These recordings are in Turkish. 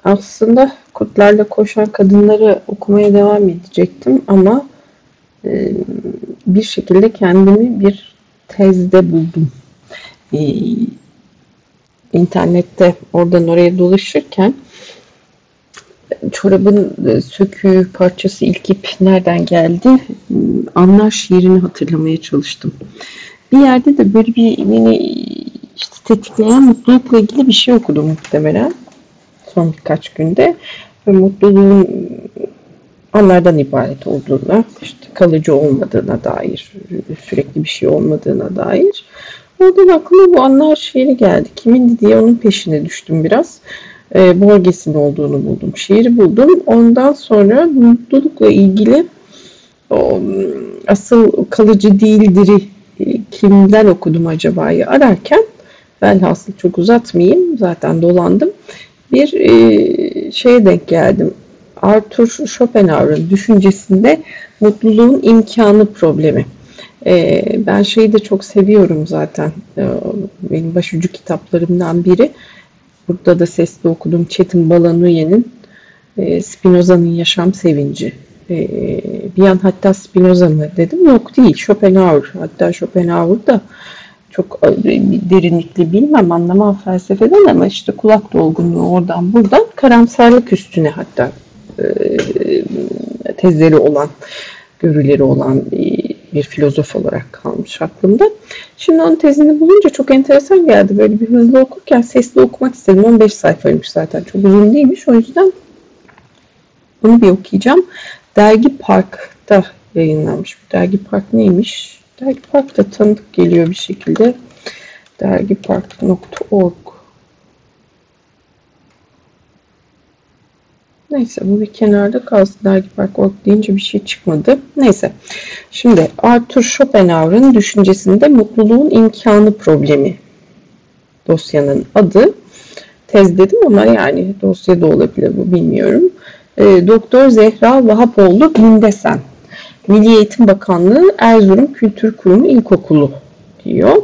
Aslında Kurtlarla Koşan Kadınları okumaya devam edecektim ama bir şekilde kendimi bir tezde buldum. E, internette oradan oraya dolaşırken çorabın söküğü parçası ilk ip nereden geldi? Anlar şiirini hatırlamaya çalıştım. Bir yerde de böyle beni işte tetikleyen mutlulukla ilgili bir şey okudum muhtemelen son birkaç günde. Ve mutluluğun anlardan ibaret olduğuna, işte kalıcı olmadığına dair, sürekli bir şey olmadığına dair. Oradan aklıma bu anlar şiiri geldi. Kimindi diye onun peşine düştüm biraz. Borges'in olduğunu buldum. Şiiri buldum. Ondan sonra mutlulukla ilgili o asıl kalıcı değildir'i kimden okudum acaba'yı ararken, velhasıl çok uzatmayayım, zaten dolandım. Bir şeye denk geldim. Arthur Schopenhauer'ın düşüncesinde mutluluğun imkanı problemi. Ben şeyi de çok seviyorum zaten. Benim başucu kitaplarımdan biri. Burada da sesli okudum. Çetin Balanuyen'in Spinoza'nın Yaşam Sevinci. Bir an hatta Spinoza mı dedim. Yok değil. Schopenhauer. Hatta Schopenhauer da çok derinlikli bilmem, anlamam felsefeden ama işte kulak dolgunluğu oradan buradan, karamsarlık üstüne hatta tezleri olan, görüleri olan bir filozof olarak kalmış aklımda. Şimdi onun tezini bulunca çok enteresan geldi. Böyle bir hızlı okurken sesli okumak istedim. 15 sayfaymış zaten. Çok uzun değilmiş. O yüzden bunu bir okuyacağım. Dergi Park'ta yayınlanmış. Bu Dergi Park neymiş? Dergi Park da tanıdık geliyor bir şekilde. Dergipark.org. Neyse, bu bir kenarda kalsın. Dergipark.org deyince bir şey çıkmadı. Neyse. Şimdi Arthur Schopenhauer'ın düşüncesinde mutluluğun imkanı problemi dosyanın adı. Tez dedim ama yani dosya da olabilir bu, bilmiyorum. Doktor Zehra Vahapoğlu Gündesen. Milli Eğitim Bakanlığı Erzurum Kültür Kurumu İlkokulu diyor.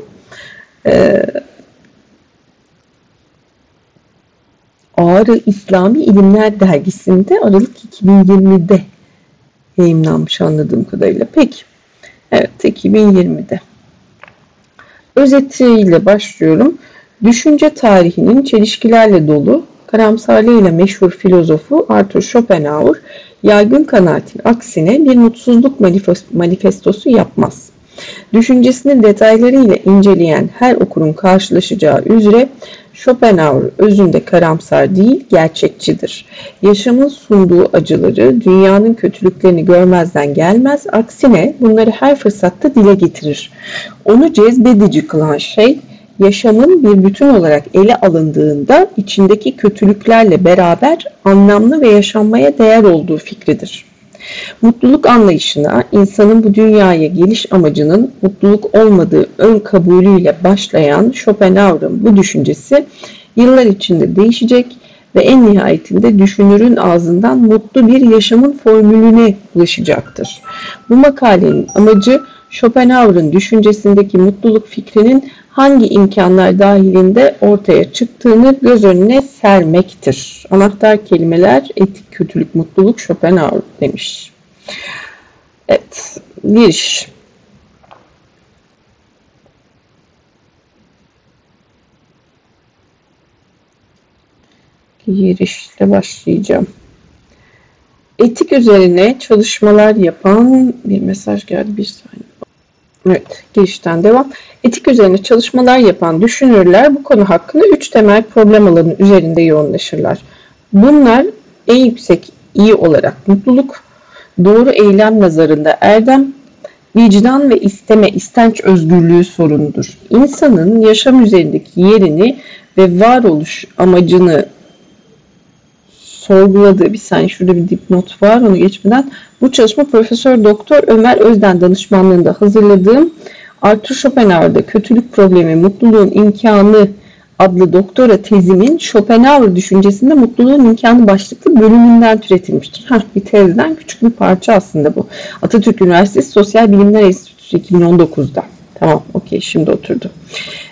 Ağrı İslami İlimler Dergisi'nde Aralık 2020'de yayımlanmış anladığım kadarıyla. Peki, evet 2020'de. Özetiyle başlıyorum. Düşünce tarihinin çelişkilerle dolu, karamsarlığıyla meşhur filozofu Arthur Schopenhauer, yaygın kanaatin aksine bir mutsuzluk manifestosu yapmaz. Düşüncesini detaylarıyla inceleyen her okurun karşılaşacağı üzere Schopenhauer özünde karamsar değil, gerçekçidir. Yaşamın sunduğu acıları, dünyanın kötülüklerini görmezden gelmez, aksine bunları her fırsatta dile getirir. Onu cezbedici kılan şey, yaşamın bir bütün olarak ele alındığında içindeki kötülüklerle beraber anlamlı ve yaşanmaya değer olduğu fikridir. Mutluluk anlayışına, insanın bu dünyaya geliş amacının mutluluk olmadığı ön kabulüyle başlayan Schopenhauer'ın bu düşüncesi yıllar içinde değişecek ve en nihayetinde düşünürün ağzından mutlu bir yaşamın formülüne ulaşacaktır. Bu makalenin amacı Schopenhauer'ın düşüncesindeki mutluluk fikrinin hangi imkanlar dahilinde ortaya çıktığını göz önüne sermektir. Anahtar kelimeler: etik, kötülük, mutluluk, Schopenhauer demiş. Evet, giriş. Girişle başlayacağım. Etik üzerine çalışmalar yapan bir mesaj geldi, bir saniye. Evet, girişten devam. Etik üzerine çalışmalar yapan düşünürler bu konu hakkında 3 temel problem alanı üzerinde yoğunlaşırlar. Bunlar en yüksek iyi olarak mutluluk, doğru eylem nazarında erdem, vicdan ve istenç özgürlüğü sorunudur. İnsanın yaşam üzerindeki yerini ve varoluş amacını sorguladığı, bir saniye şurada bir dipnot var onu geçmeden, bu çalışma Profesör Doktor Ömer Özden danışmanlığında hazırladığım Arthur Schopenhauer'da Kötülük Problemi, Mutluluğun İmkanı adlı doktora tezimin Schopenhauer düşüncesinde mutluluğun imkanı başlıklı bölümünden türetilmiştir. Bir tezden küçük bir parça aslında bu. Atatürk Üniversitesi Sosyal Bilimler Enstitüsü 2019'da. Tamam, okey, şimdi oturdu.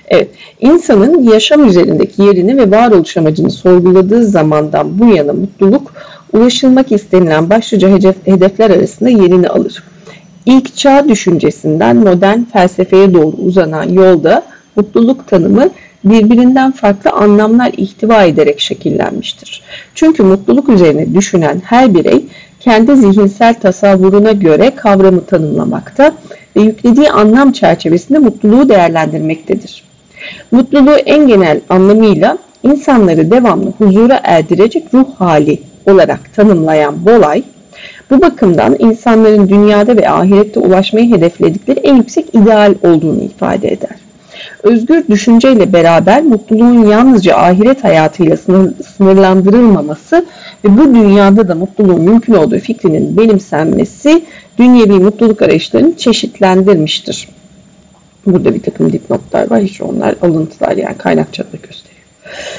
Evet, insanın yaşam üzerindeki yerini ve varoluş amacını sorguladığı zamandan bu yana mutluluk, ulaşılmak istenilen başlıca hedefler arasında yerini alır. İlk çağ düşüncesinden modern felsefeye doğru uzanan yolda mutluluk tanımı birbirinden farklı anlamlar ihtiva ederek şekillenmiştir. Çünkü mutluluk üzerine düşünen her birey kendi zihinsel tasavvuruna göre kavramı tanımlamakta ve yüklediği anlam çerçevesinde mutluluğu değerlendirmektedir. Mutluluğu en genel anlamıyla insanları devamlı huzura erdirecek ruh hali olarak tanımlayan Bolay, bu bakımdan insanların dünyada ve ahirette ulaşmayı hedefledikleri en yüksek ideal olduğunu ifade eder. Özgür düşünceyle beraber mutluluğun yalnızca ahiret hayatıyla sınırlandırılmaması ve bu dünyada da mutluluğun mümkün olduğu fikrinin benimsenmesi dünyevi mutluluk arayışlarını çeşitlendirmiştir. Burada bir takım dipnotlar var. Hiç onlar alıntılar, yani kaynakçada gösteriyor.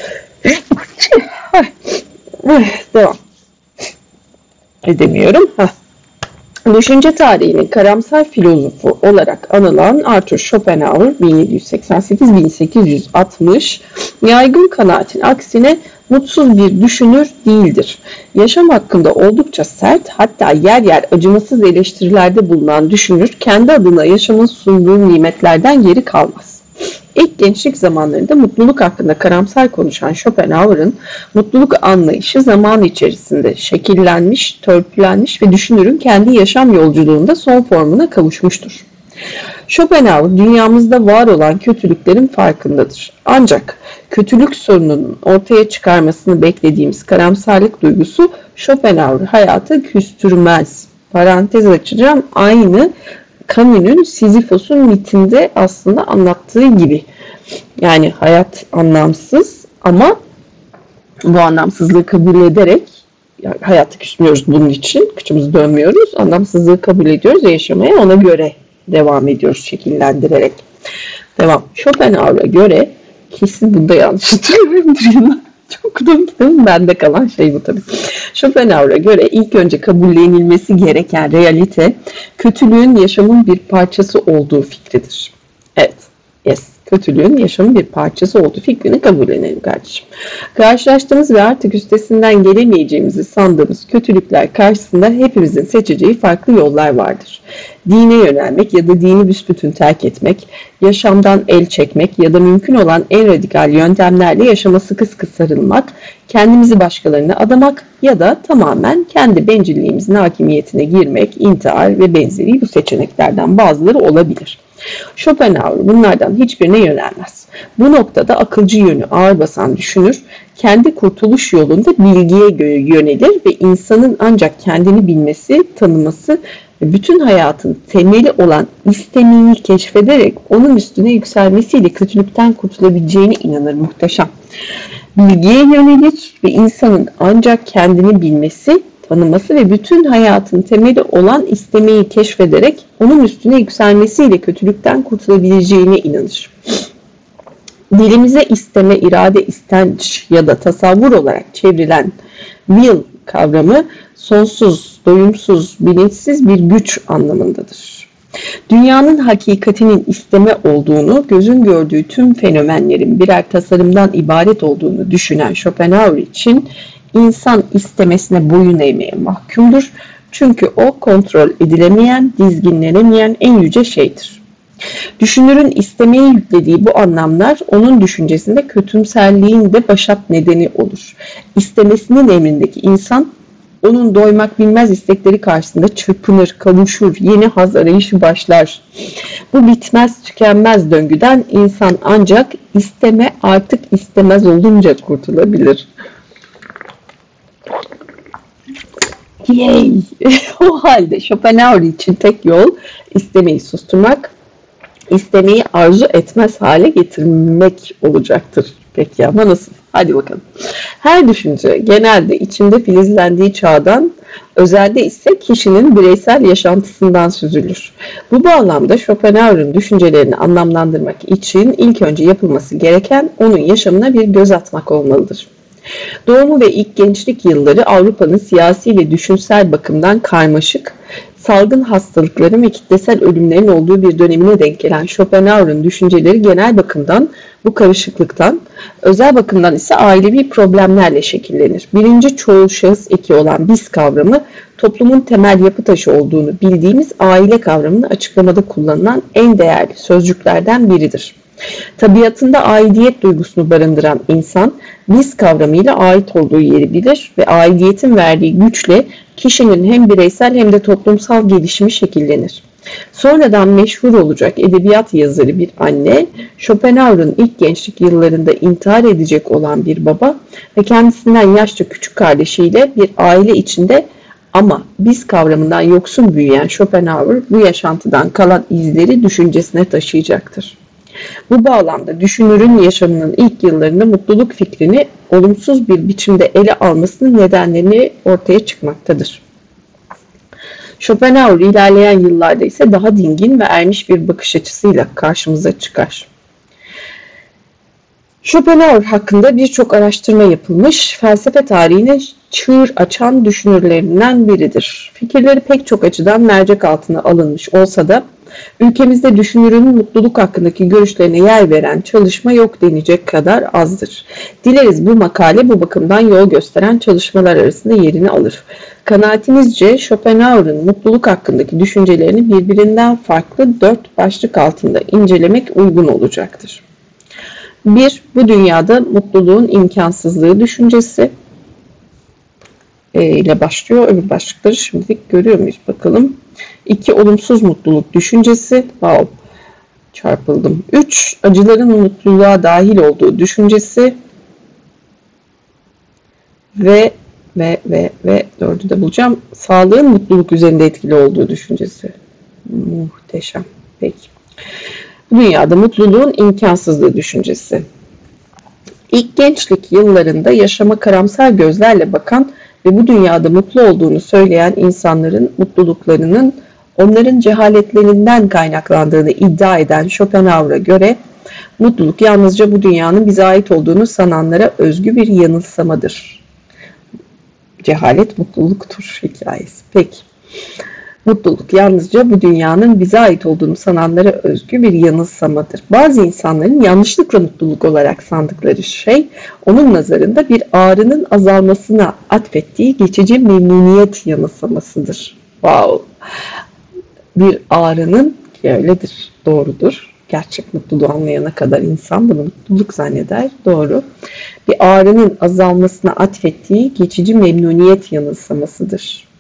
Devam edemiyorum. Düşünce tarihinin karamsar filozofu olarak anılan Arthur Schopenhauer 1788-1860 yaygın kanaatin aksine mutsuz bir düşünür değildir. Yaşam hakkında oldukça sert, hatta yer yer acımasız eleştirilerde bulunan düşünür kendi adına yaşamın sunduğu nimetlerden geri kalmaz. İlk gençlik zamanlarında mutluluk hakkında karamsar konuşan Schopenhauer'ın mutluluk anlayışı zaman içerisinde şekillenmiş, törpülenmiş ve düşünürün kendi yaşam yolculuğunda son formuna kavuşmuştur. Schopenhauer dünyamızda var olan kötülüklerin farkındadır. Ancak kötülük sorununun ortaya çıkarmasını beklediğimiz karamsarlık duygusu Schopenhauer hayata küstürmez. Parantez açacağım, aynı Camus'un Sisyphos'un mitinde aslında anlattığı gibi. Yani hayat anlamsız ama bu anlamsızlığı kabul ederek, yani hayata küsmüyoruz bunun için, kıçımızı dönmüyoruz, anlamsızlığı kabul ediyoruz ve yaşamaya ona göre devam ediyoruz şekillendirerek. Devam. Schopenhauer'a göre, kesin bunda yanlış hatırlıyorum. Çok kudum kitabım, bende kalan şey bu tabii. Schopenhauer'a göre ilk önce kabullenilmesi gereken realite, kötülüğün yaşamın bir parçası olduğu fikridir. Evet, yes. Kötülüğün yaşamın bir parçası olduğu fikrini kabullenelim kardeşim. Karşılaştığımız ve artık üstesinden gelemeyeceğimizi sandığımız kötülükler karşısında hepimizin seçeceği farklı yollar vardır. Dine yönelmek ya da dini büsbütün terk etmek, yaşamdan el çekmek ya da mümkün olan en radikal yöntemlerle yaşama sıkı sıkı sarılmak, kendimizi başkalarına adamak ya da tamamen kendi bencilliğimizin hakimiyetine girmek, intihar ve benzeri bu seçeneklerden bazıları olabilir. Schopenhauer bunlardan hiçbirine yönelmez. Bu noktada akılcı yönü ağır basan düşünür, kendi kurtuluş yolunda bilgiye yönelir ve insanın ancak kendini bilmesi, tanıması ve bütün hayatın temeli olan istemeyi keşfederek onun üstüne yükselmesiyle kötülükten kurtulabileceğine inanır. Muhteşem. Bilgiye yönelir ve insanın ancak kendini bilmesi, tanıması ve bütün hayatın temeli olan istemeyi keşfederek onun üstüne yükselmesiyle kötülükten kurtulabileceğine inanır. Dilimize isteme, irade, istenç ya da tasavvur olarak çevrilen will kavramı sonsuz, doyumsuz, bilinçsiz bir güç anlamındadır. Dünyanın hakikatinin isteme olduğunu, gözün gördüğü tüm fenomenlerin birer tasarımdan ibaret olduğunu düşünen Schopenhauer için İnsan istemesine boyun eğmeye mahkumdur. Çünkü o kontrol edilemeyen, dizginlenemeyen en yüce şeydir. Düşünürün istemeye yüklediği bu anlamlar onun düşüncesinde kötümserliğin de başat nedeni olur. İstemesinin emrindeki insan onun doymak bilmez istekleri karşısında çırpınır, kavuşur, yeni haz arayışı başlar. Bu bitmez, tükenmez döngüden insan ancak isteme artık istemez olunca kurtulabilir. Yay! O halde Schopenhauer için tek yol istemeyi susturmak, istemeyi arzu etmez hale getirmek olacaktır. Peki ama nasıl? Hadi bakalım. Her düşünce genelde içinde filizlendiği çağdan, özelde ise kişinin bireysel yaşantısından süzülür. Bu bağlamda Schopenhauer'ın düşüncelerini anlamlandırmak için ilk önce yapılması gereken onun yaşamına bir göz atmak olmalıdır. Doğumu ve ilk gençlik yılları Avrupa'nın siyasi ve düşünsel bakımdan karmaşık, salgın hastalıkların ve kitlesel ölümlerin olduğu bir dönemine denk gelen Schopenhauer'ın düşünceleri genel bakımdan bu karışıklıktan, özel bakımdan ise ailevi problemlerle şekillenir. Birinci çoğul şahıs eki olan biz kavramı, toplumun temel yapı taşı olduğunu bildiğimiz aile kavramını açıklamada kullanılan en değerli sözcüklerden biridir. Tabiatında aidiyet duygusunu barındıran insan, biz kavramıyla ait olduğu yeri bilir ve aidiyetin verdiği güçle kişinin hem bireysel hem de toplumsal gelişimi şekillenir. Sonradan meşhur olacak edebiyat yazarı bir anne, Schopenhauer'ın ilk gençlik yıllarında intihar edecek olan bir baba ve kendisinden yaşça küçük kardeşiyle bir aile içinde ama biz kavramından yoksun büyüyen Schopenhauer bu yaşantıdan kalan izleri düşüncesine taşıyacaktır. Bu bağlamda düşünürün yaşamının ilk yıllarında mutluluk fikrini olumsuz bir biçimde ele almasının nedenlerini ortaya çıkmaktadır. Schopenhauer ilerleyen yıllarda ise daha dingin ve ermiş bir bakış açısıyla karşımıza çıkar. Schopenhauer hakkında birçok araştırma yapılmış, felsefe tarihine çığır açan düşünürlerinden biridir. Fikirleri pek çok açıdan mercek altına alınmış olsa da ülkemizde düşünürün mutluluk hakkındaki görüşlerine yer veren çalışma yok denecek kadar azdır. Dileriz bu makale bu bakımdan yol gösteren çalışmalar arasında yerini alır. Kanaatimizce Schopenhauer'ın mutluluk hakkındaki düşüncelerini birbirinden farklı 4 başlık altında incelemek uygun olacaktır. 1. Bu dünyada mutluluğun imkansızlığı düşüncesi ile başlıyor. Öbür başlıkları şimdilik görüyor muyuz bakalım. 2. Olumsuz mutluluk düşüncesi. Wow. Çarpıldım. 3. Acıların mutluluğa dahil olduğu düşüncesi. Ve 4'ü de bulacağım. Sağlığın mutluluk üzerinde etkili olduğu düşüncesi. Muhteşem. Peki. Bu dünyada mutluluğun imkansızlığı düşüncesi. İlk gençlik yıllarında yaşama karamsar gözlerle bakan ve bu dünyada mutlu olduğunu söyleyen insanların mutluluklarının onların cehaletlerinden kaynaklandığını iddia eden Schopenhauer'a göre mutluluk yalnızca bu dünyanın bize ait olduğunu sananlara özgü bir yanılsamadır. Cehalet mutluluktur hikayesi. Peki. Mutluluk yalnızca bu dünyanın bize ait olduğunu sananlara özgü bir yanılsamadır. Bazı insanların yanlışlıkla mutluluk olarak sandıkları şey, onun nazarında bir ağrının azalmasına atfettiği geçici memnuniyet yanılsamasıdır. Wow! Bir ağrının, ki öyledir, doğrudur. Gerçek mutluluğu anlayana kadar insan bunu mutluluk zanneder, doğru. Bir ağrının azalmasına atfettiği geçici memnuniyet yanılsamasıdır.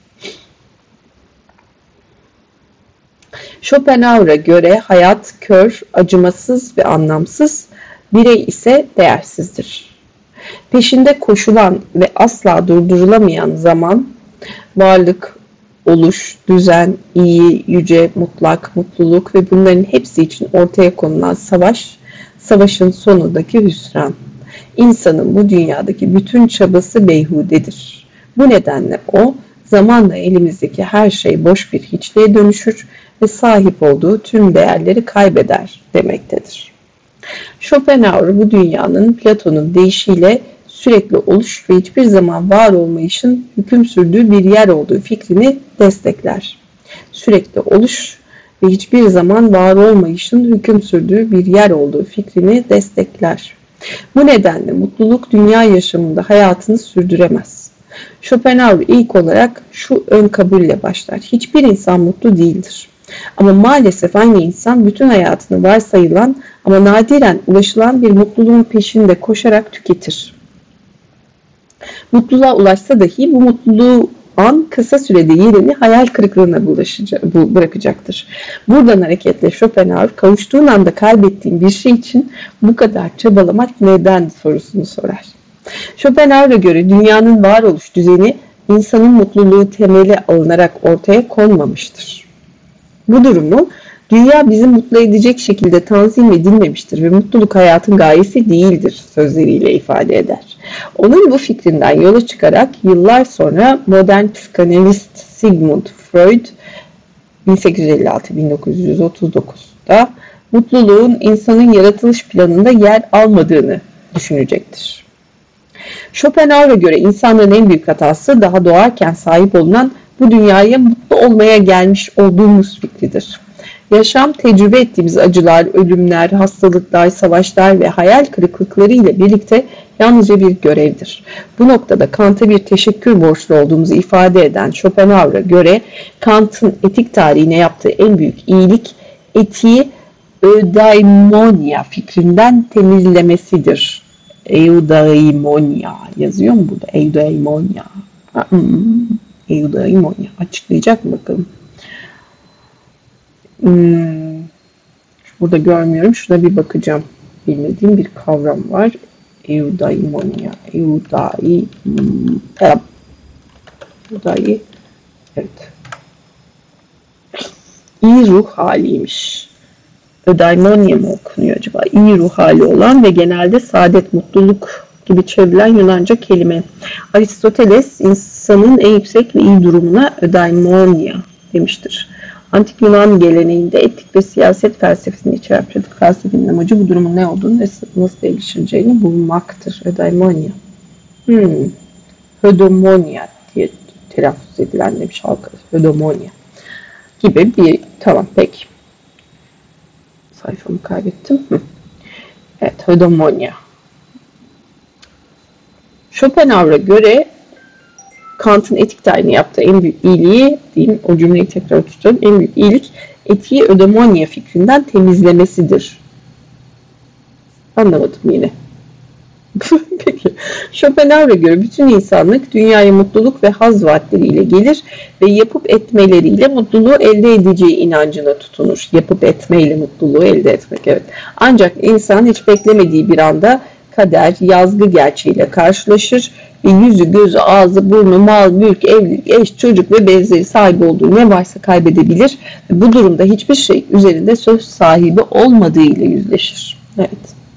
Schopenhauer'a göre hayat kör, acımasız ve anlamsız, birey ise değersizdir. Peşinde koşulan ve asla durdurulamayan zaman, varlık, oluş, düzen, iyi, yüce, mutlak, mutluluk ve bunların hepsi için ortaya konulan savaş, savaşın sonundaki hüsran. İnsanın bu dünyadaki bütün çabası beyhudedir. Bu nedenle o, zamanla elimizdeki her şey boş bir hiçliğe dönüşür ve sahip olduğu tüm değerleri kaybeder demektedir. Schopenhauer bu dünyanın Platon'un deyişiyle sürekli oluş ve hiçbir zaman var olmayışın hüküm sürdüğü bir yer olduğu fikrini destekler. Sürekli oluş ve hiçbir zaman var olmayışın hüküm sürdüğü bir yer olduğu fikrini destekler. Bu nedenle mutluluk dünya yaşamında hayatını sürdüremez. Schopenhauer ilk olarak şu ön kabulle başlar. Hiçbir insan mutlu değildir. Ama maalesef aynı insan bütün hayatını varsayılan ama nadiren ulaşılan bir mutluluğun peşinde koşarak tüketir. Mutluluğa ulaşsa dahi bu mutluluğu an kısa sürede yerini hayal kırıklığına bırakacaktır. Buradan hareketle Schopenhauer kavuştuğun anda kaybettiğin bir şey için bu kadar çabalamak neden sorusunu sorar. Schopenhauer'a göre dünyanın varoluş düzeni insanın mutluluğu temeli alınarak ortaya konmamıştır. Bu durumu dünya bizi mutlu edecek şekilde tanzim edilmemiştir ve mutluluk hayatın gayesi değildir sözleriyle ifade eder. Onun bu fikrinden yola çıkarak yıllar sonra modern psikanalist Sigmund Freud 1856-1939'da mutluluğun insanın yaratılış planında yer almadığını düşünecektir. Schopenhauer'a göre insanların en büyük hatası daha doğarken sahip olunan bu dünyaya mutlu olmaya gelmiş olduğumuz fikridir. Yaşam, tecrübe ettiğimiz acılar, ölümler, hastalıklar, savaşlar ve hayal kırıklıkları ile birlikte yalnızca bir görevdir. Bu noktada Kant'a bir teşekkür borçlu olduğumuzu ifade eden Schopenhauer'a göre Kant'ın etik tarihine yaptığı en büyük iyilik etiği eudaimonia fikrinden temizlemesidir. Eudaimonia yazıyor mu burada? Eudaimonia. Eudaimonia. Açıklayacak mı bakalım? Burada görmüyorum. Şuna bir bakacağım. Bilmediğim bir kavram var. Eudaimonia. Evet. İyi ruh haliymiş. Eudaimonia mı okunuyor acaba? İyi ruh hali olan ve genelde saadet, mutluluk gibi çevrilen Yunanca kelime. Aristoteles insanın en yüksek ve iyi durumuna eudaimonia demiştir. Antik Yunan geleneğinde etik ve siyaset felsefesini içeren pratik felsefenin amacı bu durumun ne olduğunu ve nasıl gelişeceğini bulmaktır. Eudaimonia. Eudaimonia diye telaffuz edilen demiş halk. Eudaimonia gibi bir, tamam peki. Sayfamı kaybettim. Evet, eudaimonia. Schopenhauer'a göre Kant'ın etik tarihini yaptığı en büyük iyiliği, diyeyim, o cümleyi tekrar tutalım, en büyük iyilik etiği eudaimonia fikrinden temizlemesidir. Anlamadım yine. Peki. Schopenhauer'a göre bütün insanlık dünyaya mutluluk ve haz vaatleriyle gelir ve yapıp etmeleriyle mutluluğu elde edeceği inancına tutunur. Yapıp etmeyle mutluluğu elde etmek, evet. Ancak insan hiç beklemediği bir anda kader, yazgı gerçeğiyle karşılaşır ve yüzü, gözü, ağzı, burnu, mal, mülk, evlilik, eş, çocuk ve benzeri sahibi olduğu ne varsa kaybedebilir. Bu durumda hiçbir şey üzerinde söz sahibi olmadığı ile yüzleşir. Evet.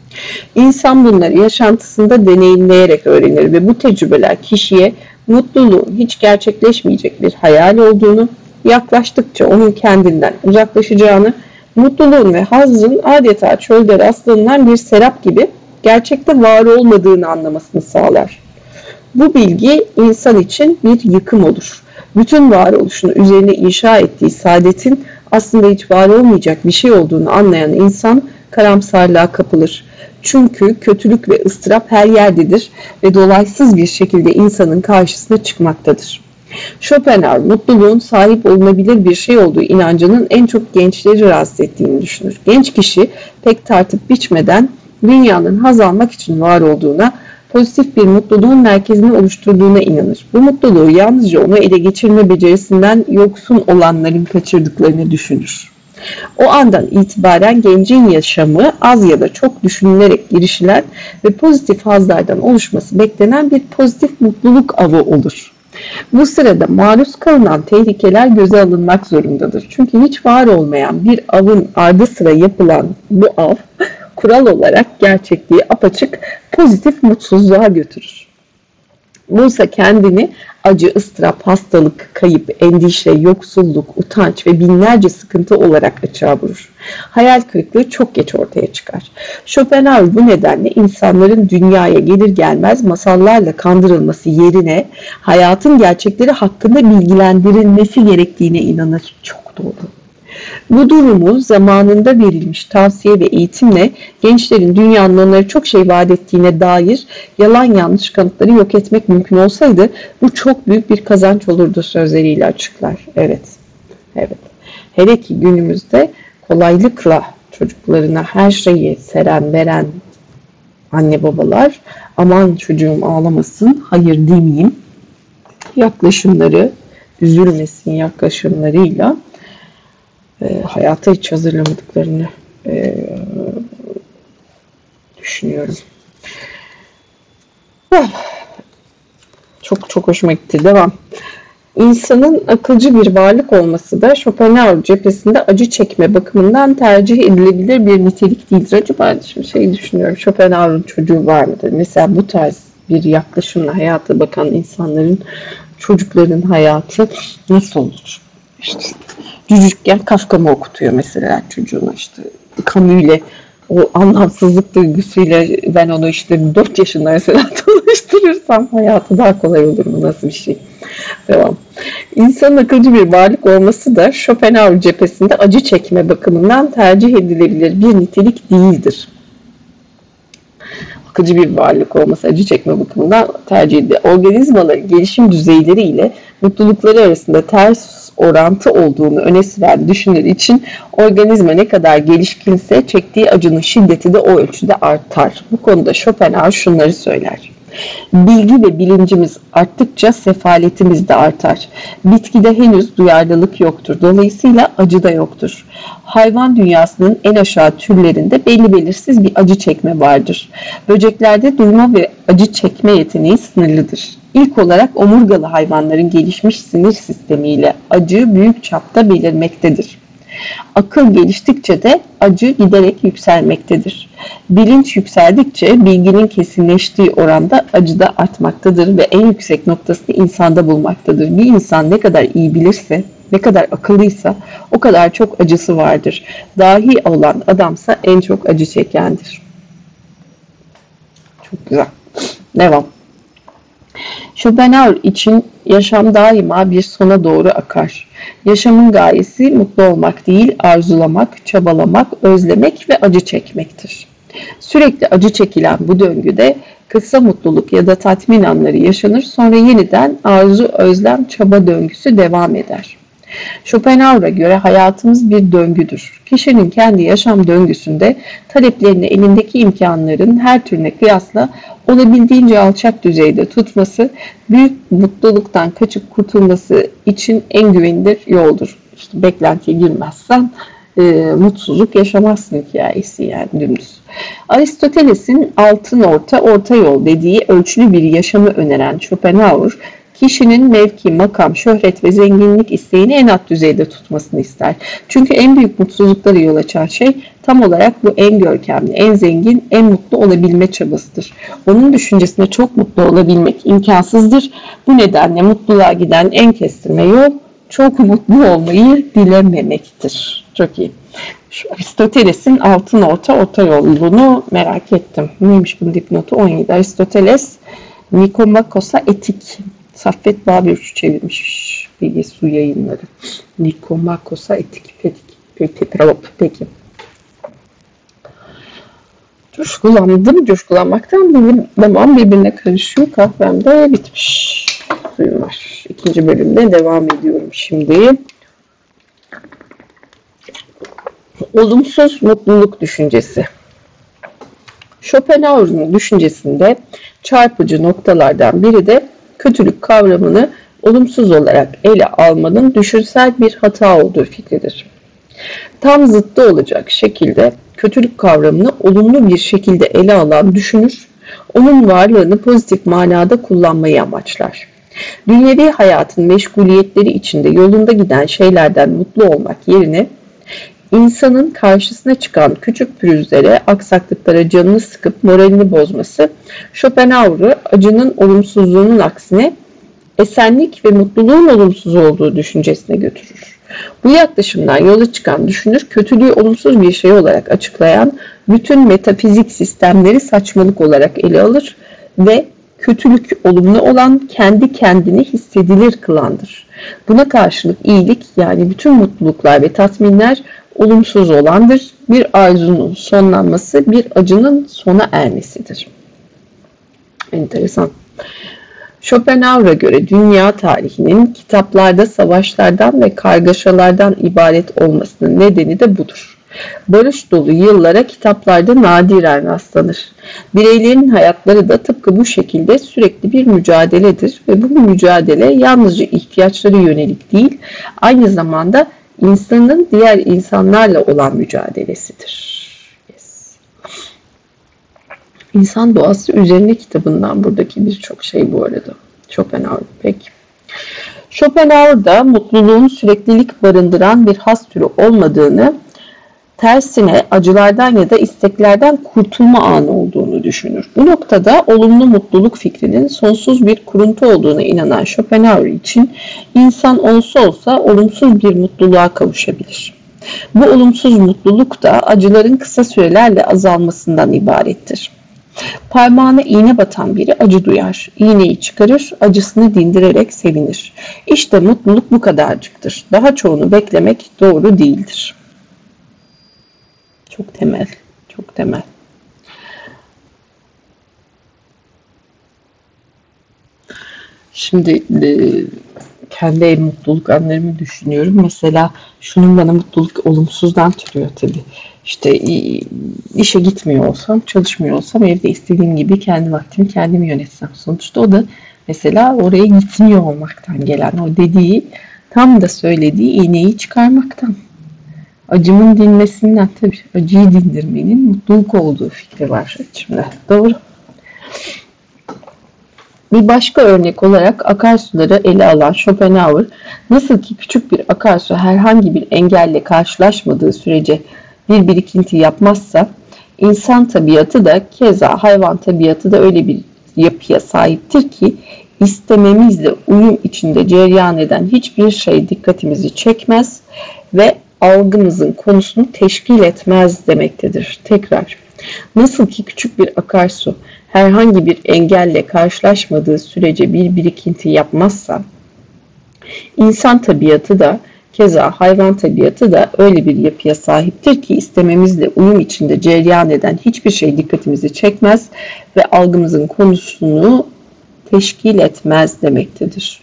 İnsan bunları yaşantısında deneyimleyerek öğrenir ve bu tecrübeler kişiye mutluluğun hiç gerçekleşmeyecek bir hayal olduğunu, yaklaştıkça onun kendinden uzaklaşacağını, mutluluğun ve hazzın adeta çölde rastlanılan bir serap gibi gerçekte var olmadığını anlamasını sağlar. Bu bilgi insan için bir yıkım olur. Bütün varoluşunu üzerine inşa ettiği saadetin aslında hiç var olmayacak bir şey olduğunu anlayan insan karamsarlığa kapılır. Çünkü kötülük ve ıstırap her yerdedir ve dolaysız bir şekilde insanın karşısına çıkmaktadır. Schopenhauer, mutluluğun sahip olunabilir bir şey olduğu inancının en çok gençleri rahatsız ettiğini düşünür. Genç kişi pek tartıp biçmeden dünyanın haz almak için var olduğuna, pozitif bir mutluluğun merkezini oluşturduğuna inanır. Bu mutluluğu yalnızca onu ele geçirme becerisinden yoksun olanların kaçırdıklarını düşünür. O andan itibaren gencin yaşamı az ya da çok düşünülerek girişilen ve pozitif hazlardan oluşması beklenen bir pozitif mutluluk avı olur. Bu sırada maruz kalınan tehlikeler göze alınmak zorundadır. Çünkü hiç var olmayan bir avın ardı sıra yapılan bu av, kural olarak gerçekliği apaçık pozitif mutsuzluğa götürür. Buysa kendini acı, ıstırap, hastalık, kayıp, endişe, yoksulluk, utanç ve binlerce sıkıntı olarak açığa vurur. Hayal kırıklığı çok geç ortaya çıkar. Schopenhauer bu nedenle insanların dünyaya gelir gelmez masallarla kandırılması yerine hayatın gerçekleri hakkında bilgilendirilmesi gerektiğine inanır. Çok doğru. Bu durumu zamanında verilmiş tavsiye ve eğitimle gençlerin dünyanın onlara çok şey vaat ettiğine dair yalan yanlış kanıtları yok etmek mümkün olsaydı bu çok büyük bir kazanç olurdu sözleriyle açıklar. Evet. Evet. Hele ki günümüzde kolaylıkla çocuklarına her şeyi seren veren anne babalar aman çocuğum ağlamasın, hayır demeyeyim yaklaşımları, üzülmesin yaklaşımlarıyla hayata hiç hazırlamadıklarını düşünüyorum. Çok çok hoşuma gitti. Devam. İnsanın akılcı bir varlık olması da Schopenhauer cephesinde acı çekme bakımından tercih edilebilir bir nitelik değildir. Acaba şimdi düşünüyorum. Schopenhauer'ın çocuğu var mıdır? Mesela bu tarz bir yaklaşımla hayata bakan insanların çocukların hayatı nasıl olur? İşte Cücükken Kafka mı okutuyor mesela çocuğuna, işte Camus ile o anlamsızlık duygusuyla ben onu işte 4 yaşında mesela tanıştırırsam hayatı daha kolay olur mu? Nasıl bir şey? Devam. İnsanın akılcı bir varlık olması da Schopenhauer cephesinde acı çekme bakımından tercih edilebilir bir nitelik değildir. Akılcı bir varlık olması acı çekme bakımından tercih edilir. Organizmaların gelişim düzeyleri ile mutlulukları arasında ters orantı olduğunu öne süren düşünür için organizma ne kadar gelişkinse çektiği acının şiddeti de o ölçüde artar. Bu konuda Schopenhauer şunları söyler. Bilgi ve bilincimiz arttıkça sefaletimiz de artar. Bitkide henüz duyarlılık yoktur. Dolayısıyla acı da yoktur. Hayvan dünyasının en aşağı türlerinde belli belirsiz bir acı çekme vardır. Böceklerde duyma ve acı çekme yeteneği sınırlıdır. İlk olarak omurgalı hayvanların gelişmiş sinir sistemiyle acı büyük çapta belirmektedir. Akıl geliştikçe de acı giderek yükselmektedir. Bilinç yükseldikçe bilginin kesinleştiği oranda acı da artmaktadır ve en yüksek noktasını insanda bulmaktadır. Bir insan ne kadar iyi bilirse, ne kadar akıllıysa o kadar çok acısı vardır. Dahi olan adamsa en çok acı çekendir. Çok güzel. Devam. Schopenhauer için yaşam daima bir sona doğru akar. Yaşamın gayesi mutlu olmak değil, arzulamak, çabalamak, özlemek ve acı çekmektir. Sürekli acı çekilen bu döngüde kısa mutluluk ya da tatmin anları yaşanır, sonra yeniden arzu, özlem, çaba döngüsü devam eder. Schopenhauer'a göre hayatımız bir döngüdür. Kişinin kendi yaşam döngüsünde taleplerini elindeki imkanların her türüne kıyasla olabildiğince alçak düzeyde tutması, büyük mutluluktan kaçıp kurtulması için en güvenilir yoldur. İşte beklentiye girmezsen mutsuzluk yaşamazsın hikayesi yani dümdüz. Aristoteles'in altın orta yol dediği ölçülü bir yaşamı öneren Schopenhauer, kişinin mevki, makam, şöhret ve zenginlik isteğini en alt düzeyde tutmasını ister. Çünkü en büyük mutsuzlukları yol açan şey tam olarak bu en görkemli, en zengin, en mutlu olabilme çabasıdır. Onun düşüncesinde çok mutlu olabilmek imkansızdır. Bu nedenle mutluluğa giden en kestirme yol çok mutlu olmayı dilememektir. Çok iyi. Şu Aristoteles'in altın orta yolunu merak ettim. Neymiş bunun dipnotu? 17. Aristoteles Nikomakos'a etik. Saffet Bağbürç çevirmiş Bilge Su Yayınları. Nikomakos'a etik. Peki. Coşkulanmaktan damağım birbirine karışıyor. Kahvem de bitmiş. Suyum var. 2. bölümde devam ediyorum şimdi. Olumsuz mutluluk düşüncesi. Schopenhauer'ın düşüncesinde çarpıcı noktalardan biri de kötülük kavramını olumsuz olarak ele almanın düşünsel bir hata olduğu fikridir. Tam zıttı olacak şekilde kötülük kavramını olumlu bir şekilde ele alan düşünür, onun varlığını pozitif manada kullanmayı amaçlar. Dünyevi hayatın meşguliyetleri içinde yolunda giden şeylerden mutlu olmak yerine İnsanın karşısına çıkan küçük pürüzlere, aksaklıklara canını sıkıp moralini bozması, Schopenhauer'ı acının olumsuzluğunun aksine esenlik ve mutluluğun olumsuz olduğu düşüncesine götürür. Bu yaklaşımdan yola çıkan düşünür, kötülüğü olumsuz bir şey olarak açıklayan bütün metafizik sistemleri saçmalık olarak ele alır ve kötülük olumlu olan kendi kendini hissedilir kılandır. Buna karşılık iyilik yani bütün mutluluklar ve tatminler olumsuz olandır. Bir arzunun sonlanması bir acının sona ermesidir. Enteresan. Schopenhauer'a göre dünya tarihinin kitaplarda savaşlardan ve kargaşalardan ibaret olmasının nedeni de budur. Barış dolu yıllara kitaplarda nadiren rastlanır. Bireylerin hayatları da tıpkı bu şekilde sürekli bir mücadeledir ve bu mücadele yalnızca ihtiyaçları yönelik değil, aynı zamanda insanın diğer insanlarla olan mücadelesidir. Yes. İnsan Doğası Üzerine kitabından buradaki birçok şey bu arada. Schopenhauer peki. Schopenhauer'da mutluluğun süreklilik barındıran bir has türü olmadığını, tersine acılardan ya da isteklerden kurtulma anı olduğunu düşünür. Bu noktada olumlu mutluluk fikrinin sonsuz bir kuruntu olduğuna inanan Schopenhauer için insan olsa olsa olumsuz bir mutluluğa kavuşabilir. Bu olumsuz mutluluk da acıların kısa sürelerle azalmasından ibarettir. Parmağına iğne batan biri acı duyar. İğneyi çıkarır, acısını dindirerek sevinir. İşte mutluluk bu kadarcıktır. Daha çoğunu beklemek doğru değildir. Çok temel, çok temel. Şimdi kendi en mutluluk anlarımı düşünüyorum. Mesela şunun bana mutluluk olumsuzdan türüyor tabii. İşte işe gitmiyor olsam, çalışmıyor olsam evde istediğim gibi kendi vaktimi kendim yönetsem. Sonuçta o da mesela oraya gitmiyor olmaktan gelen o dediği, tam da söylediği iğneyi çıkarmaktan. Acımın dinmesinden, tabii acıyı dindirmenin mutluluk olduğu fikri var içimde. Doğru. Bir başka örnek olarak akarsuları ele alan Schopenhauer, nasıl ki küçük bir akarsu herhangi bir engelle karşılaşmadığı sürece bir birikinti yapmazsa, insan tabiatı da keza hayvan tabiatı da öyle bir yapıya sahiptir ki istememizle uyum içinde cereyan eden hiçbir şey dikkatimizi çekmez ve algımızın konusunu teşkil etmez demektedir. Tekrar, nasıl ki küçük bir akarsu herhangi bir engelle karşılaşmadığı sürece bir birikinti yapmazsa, insan tabiatı da keza hayvan tabiatı da öyle bir yapıya sahiptir ki istememizle uyum içinde cereyan eden hiçbir şey dikkatimizi çekmez ve algımızın konusunu teşkil etmez demektedir.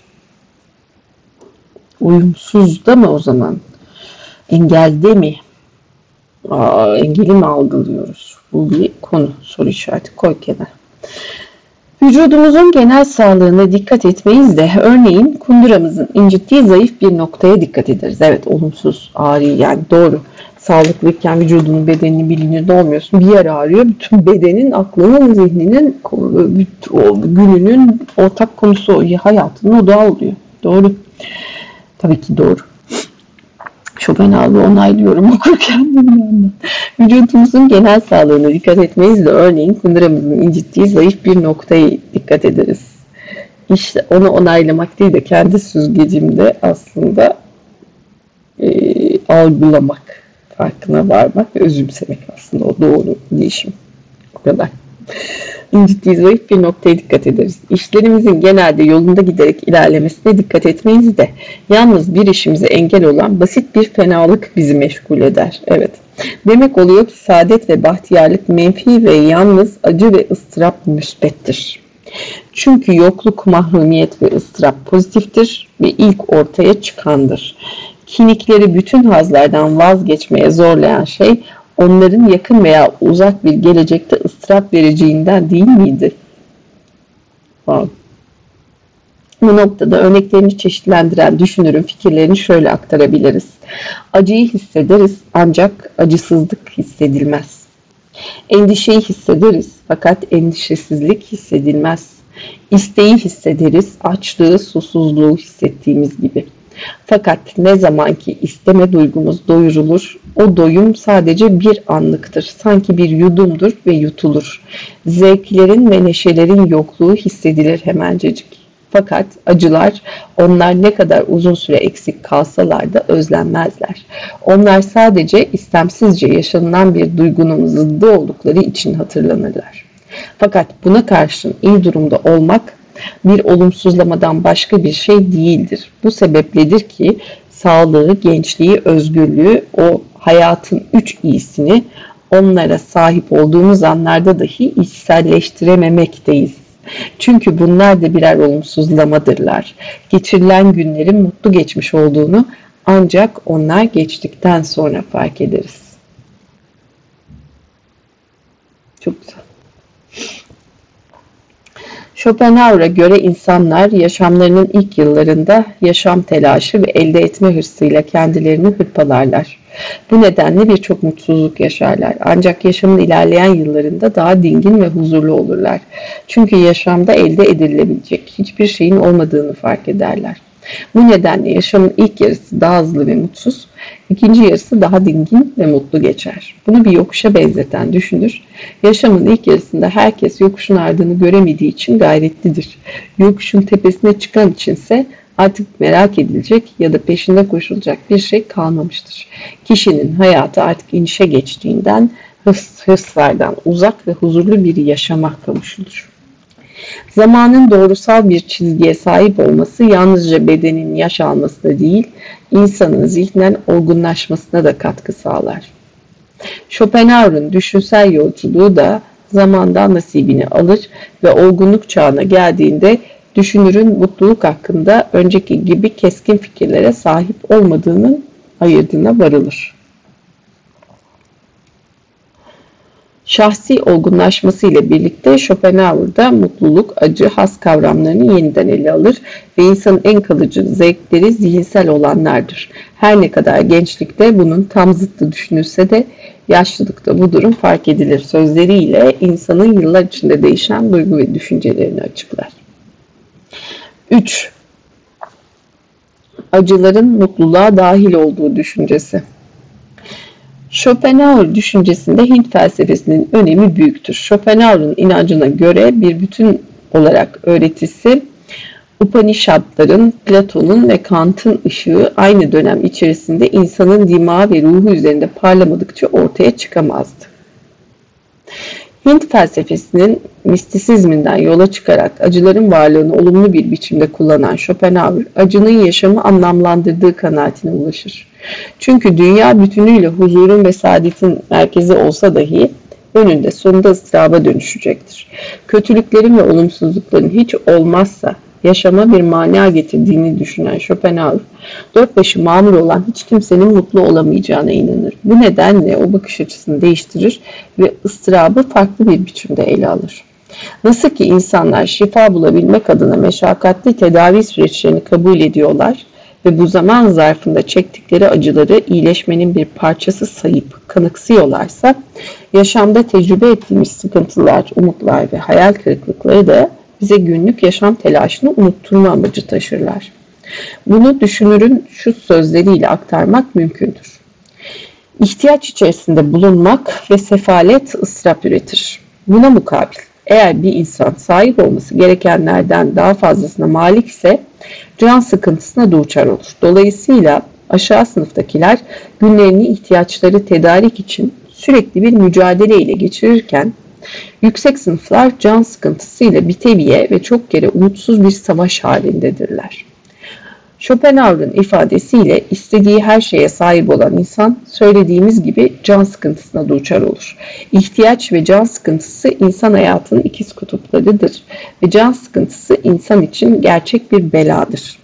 Uyumsuz da mı o zaman? Engelde mi? Engeli mi algılıyoruz? Bu bir konu. Soru işareti koy kenara. Vücudumuzun genel sağlığına dikkat etmeyiz de örneğin kunduramızın incittiği zayıf bir noktaya dikkat ederiz. Evet, olumsuz, ağrı, yani doğru. Sağlıklıyken vücudunun, bedeninin bilincinde olmuyorsun. Bir yer ağrıyor. Bütün bedenin, aklının, zihninin, o gününün ortak konusu, hayatının odağı oluyor. Doğru. Tabii ki doğru. Schopenhauer'ı onaylıyorum okurken bilmem. Vücudumuzun genel sağlığına dikkat etmeyiz de örneğin kunduramızın incittiği zayıf bir noktaya dikkat ederiz. İşte onu onaylamak değil de kendi süzgecimde aslında algılamak, farkına varmak ve özümsemek aslında o doğru değişim. O kadar. İncittiği zayıf bir noktaya dikkat ederiz. İşlerimizin genelde yolunda giderek ilerlemesine dikkat etmeyiz de yalnız bir işimize engel olan basit bir fenalık bizi meşgul eder. Evet. Demek oluyor ki saadet ve bahtiyarlık menfi ve yalnız acı ve ıstırap müsbettir. Çünkü yokluk, mahrumiyet ve ıstırap pozitiftir ve ilk ortaya çıkandır. Kinikleri bütün hazlardan vazgeçmeye zorlayan şey onların yakın veya uzak bir gelecekte ıstırap vereceğinden değil miydi? Wow. Bu noktada örneklerini çeşitlendiren düşünürün fikirlerini şöyle aktarabiliriz. Acıyı hissederiz ancak acısızlık hissedilmez. Endişeyi hissederiz fakat endişesizlik hissedilmez. İsteği hissederiz, açlığı, susuzluğu hissettiğimiz gibi. Fakat ne zaman ki isteme duygumuz doyurulur, o doyum sadece bir anlıktır. Sanki bir yudumdur ve yutulur. Zevklerin ve neşelerin yokluğu hissedilir hemencecik. Fakat acılar, onlar ne kadar uzun süre eksik kalsalar da özlenmezler. Onlar sadece istemsizce yaşanılan bir duygunun zıddı oldukları için hatırlanırlar. Fakat buna karşın iyi durumda olmak, bir olumsuzlamadan başka bir şey değildir. Bu sebepledir ki sağlığı, gençliği, özgürlüğü, o hayatın üç iyisini onlara sahip olduğumuz anlarda dahi içselleştirememekteyiz. Çünkü bunlar da birer olumsuzlamadırlar. Geçirilen günlerin mutlu geçmiş olduğunu ancak onlar geçtikten sonra fark ederiz. Çok güzel. Schopenhauer'a göre insanlar yaşamlarının ilk yıllarında yaşam telaşı ve elde etme hırsıyla kendilerini hırpalarlar. Bu nedenle birçok mutsuzluk yaşarlar. Ancak yaşamın ilerleyen yıllarında daha dingin ve huzurlu olurlar. Çünkü yaşamda elde edilebilecek hiçbir şeyin olmadığını fark ederler. Bu nedenle yaşamın ilk yarısı daha hızlı ve mutsuz, ikinci yarısı daha dingin ve mutlu geçer. Bunu bir yokuşa benzeten düşünür. Yaşamın ilk yarısında herkes yokuşun ardını göremediği için gayretlidir. Yokuşun tepesine çıkan içinse Artık merak edilecek ya da peşinde koşulacak bir şey kalmamıştır. Kişinin hayatı artık inişe geçtiğinden hırslardan uzak ve huzurlu bir yaşama kavuşulur. Zamanın doğrusal bir çizgiye sahip olması yalnızca bedenin yaş almasına değil, insanın zihnen olgunlaşmasına da katkı sağlar. Schopenhauer'un düşünsel yolculuğu da zamandan nasibini alır ve olgunluk çağına geldiğinde düşünürün mutluluk hakkında önceki gibi keskin fikirlere sahip olmadığının ayırdına varılır. Şahsi olgunlaşması ile birlikte Schopenhauer da mutluluk, acı, haz kavramlarını yeniden ele alır ve insanın en kalıcı zevkleri zihinsel olanlardır. Her ne kadar gençlikte bunun tam zıttı düşünülse de yaşlılıkta bu durum fark edilir sözleriyle insanın yıllar içinde değişen duygu ve düşüncelerini açıklar. 3. Acıların mutluluğa dahil olduğu düşüncesi. Schopenhauer düşüncesinde Hint felsefesinin önemi büyüktür. Schopenhauer'ın inancına göre bir bütün olarak öğretisi Upanishadların, Platon'un ve Kant'ın ışığı aynı dönem içerisinde insanın dimağı ve ruhu üzerinde parlamadıkça ortaya çıkamazdı. Hint felsefesinin mistisizminden yola çıkarak acıların varlığını olumlu bir biçimde kullanan Schopenhauer, acının yaşamı anlamlandırdığı kanaatine ulaşır. Çünkü dünya bütünüyle huzurun ve saadetin merkezi olsa dahi önünde sonunda ıstıraba dönüşecektir. Kötülüklerin ve olumsuzlukların hiç olmazsa yaşama bir mana getirdiğini düşünen Schopenhauer, dört başı mamur olan hiç kimsenin mutlu olamayacağına inanır. Bu nedenle o bakış açısını değiştirir ve ıstırabı farklı bir biçimde ele alır. Nasıl ki insanlar şifa bulabilmek adına meşakkatli tedavi süreçlerini kabul ediyorlar ve bu zaman zarfında çektikleri acıları iyileşmenin bir parçası sayıp kanıksıyorlarsa, yaşamda tecrübe ettiğimiz sıkıntılar, umutlar ve hayal kırıklıkları da bize günlük yaşam telaşını unutturma amacı taşırlar. Bunu düşünürün şu sözleriyle aktarmak mümkündür. İhtiyaç içerisinde bulunmak ve sefalet ıstırap üretir. Buna mukabil, eğer bir insan sahip olması gerekenlerden daha fazlasına malik ise can sıkıntısına duçar olur. Dolayısıyla aşağı sınıftakiler günlerini ihtiyaçları tedarik için sürekli bir mücadele ile geçirirken, yüksek sınıflar can sıkıntısıyla biteviye ve çok kere umutsuz bir savaş halindedirler. Schopenhauer'ın ifadesiyle istediği her şeye sahip olan insan, söylediğimiz gibi can sıkıntısına duçar olur. İhtiyaç ve can sıkıntısı insan hayatının ikiz kutuplarıdır ve can sıkıntısı insan için gerçek bir beladır.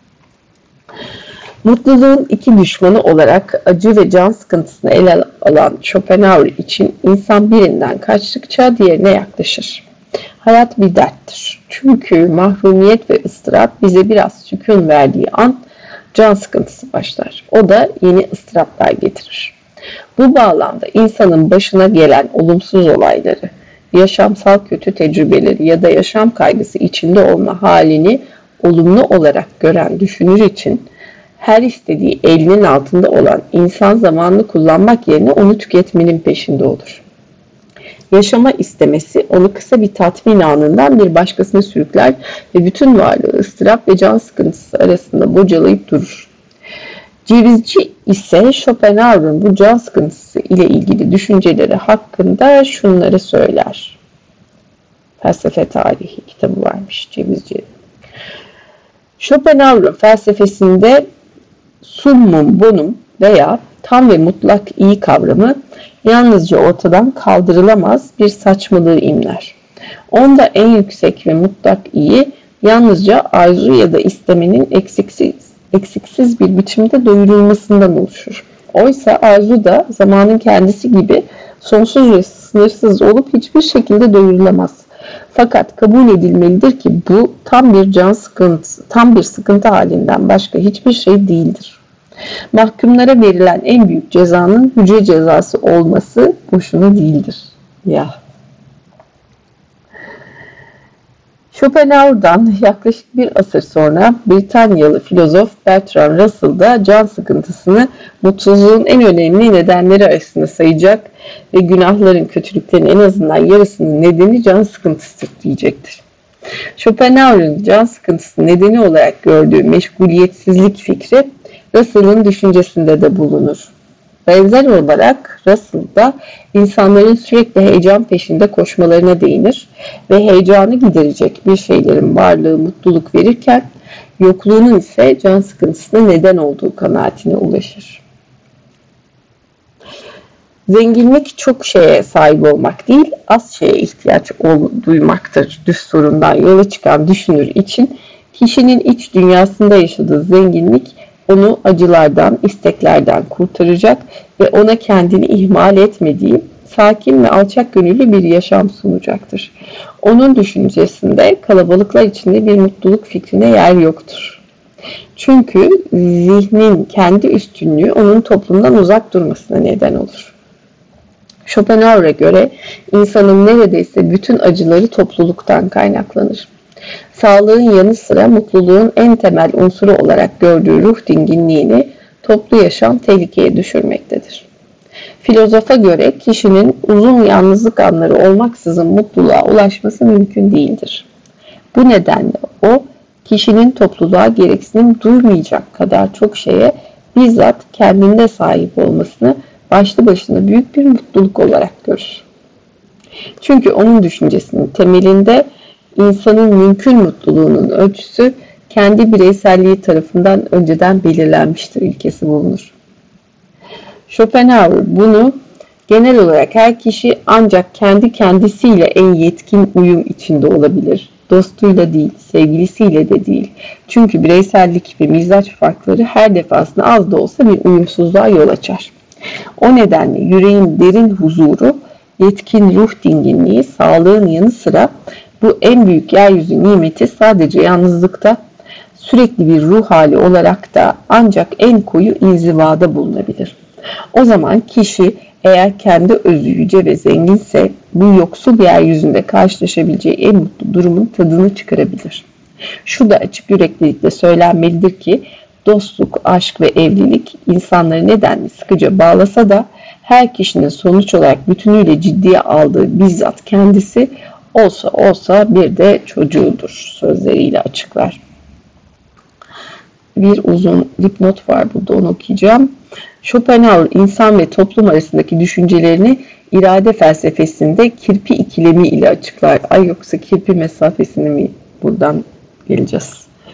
Mutluluğun iki düşmanı olarak acı ve can sıkıntısını ele alan Schopenhauer için insan birinden kaçtıkça diğerine yaklaşır. Hayat bir derttir. Çünkü mahrumiyet ve ıstırap bize biraz sükun verdiği an can sıkıntısı başlar. O da yeni ıstıraplar getirir. Bu bağlamda insanın başına gelen olumsuz olayları, yaşamsal kötü tecrübeleri ya da yaşam kaygısı içinde olma halini olumlu olarak gören düşünür için her istediği elinin altında olan insan zamanını kullanmak yerine onu tüketmenin peşinde olur. Yaşama istemesi onu kısa bir tatmin anından bir başkasına sürükler ve bütün varlığı ıstırap ve can sıkıntısı arasında bocalayıp durur. Cevizci ise Schopenhauer'ın bu can sıkıntısı ile ilgili düşünceleri hakkında şunları söyler. Felsefe Tarihi kitabı varmış Cevizci. Schopenhauer'ın felsefesinde summum bonum veya tam ve mutlak iyi kavramı yalnızca ortadan kaldırılamaz bir saçmalığı imler. Onda en yüksek ve mutlak iyi yalnızca arzu ya da istemenin eksiksiz bir biçimde doyurulmasından oluşur. Oysa arzu da zamanın kendisi gibi sonsuz ve sınırsız olup hiçbir şekilde doyurulamaz. Fakat kabul edilmelidir ki bu tam bir sıkıntı halinden başka hiçbir şey değildir. Mahkumlara verilen en büyük cezanın hücre cezası olması boşuna değildir. Ya. Schopenhauer'dan yaklaşık bir asır sonra Britanyalı filozof Bertrand Russell da can sıkıntısını mutsuzluğun en önemli nedenleri arasında sayacak ve günahların, kötülüklerin en azından yarısının nedeni can sıkıntısıdır diyecektir. Schopenhauer'ın can sıkıntısı nedeni olarak gördüğü meşguliyetsizlik fikri Russell'ın düşüncesinde de bulunur. Benzer olarak Russell da insanların sürekli heyecan peşinde koşmalarına değinir ve heyecanı giderecek bir şeylerin varlığı mutluluk verirken yokluğunun ise can sıkıntısına neden olduğu kanaatine ulaşır. Zenginlik çok şeye sahip olmak değil, az şeye ihtiyaç duymaktır düsturundan yola çıkan düşünür için kişinin iç dünyasında yaşadığı zenginlik onu acılardan, isteklerden kurtaracak ve ona kendini ihmal etmediği, sakin ve alçak gönüllü bir yaşam sunacaktır. Onun düşüncesinde kalabalıklar içinde bir mutluluk fikrine yer yoktur. Çünkü zihnin kendi üstünlüğü onun toplumdan uzak durmasına neden olur. Schopenhauer'a göre insanın neredeyse bütün acıları topluluktan kaynaklanır. Sağlığın yanı sıra mutluluğun en temel unsuru olarak gördüğü ruh dinginliğini toplu yaşam tehlikeye düşürmektedir. Filozofa göre kişinin uzun yalnızlık anları olmaksızın mutluluğa ulaşması mümkün değildir. Bu nedenle o, kişinin topluluğa gereksinim duymayacak kadar çok şeye bizzat kendinde sahip olmasını başlı başına büyük bir mutluluk olarak görür. Çünkü onun düşüncesinin temelinde insanın mümkün mutluluğunun ölçüsü kendi bireyselliği tarafından önceden belirlenmiştir ilkesi bulunur. Schopenhauer bunu genel olarak her kişi ancak kendi kendisiyle en yetkin uyum içinde olabilir. Dostuyla değil, sevgilisiyle de değil. Çünkü bireysellik ve mizaç farkları her defasında az da olsa bir uyumsuzluğa yol açar. O nedenle yüreğin derin huzuru, yetkin ruh dinginliği, sağlığın yanı sıra bu en büyük yeryüzü nimeti sadece yalnızlıkta, sürekli bir ruh hali olarak da ancak en koyu inzivada bulunabilir. O zaman kişi eğer kendi özü yüce ve zenginse bu yoksul yeryüzünde karşılaşabileceği en mutlu durumun tadını çıkarabilir. Şu da açık yüreklilikle söylenmelidir ki dostluk, aşk ve evlilik insanları nedenli sıkıca bağlasa da her kişinin sonuç olarak bütünüyle ciddiye aldığı bizzat kendisi olsa bir de çocuğudur sözleriyle açıklar. Bir uzun dipnot var burada, onu okuyacağım. Schopenhauer insan ve toplum arasındaki düşüncelerini irade felsefesinde kirpi ikilemi ile açıklar. Ay yoksa kirpi mesafesini mi buradan geleceğiz?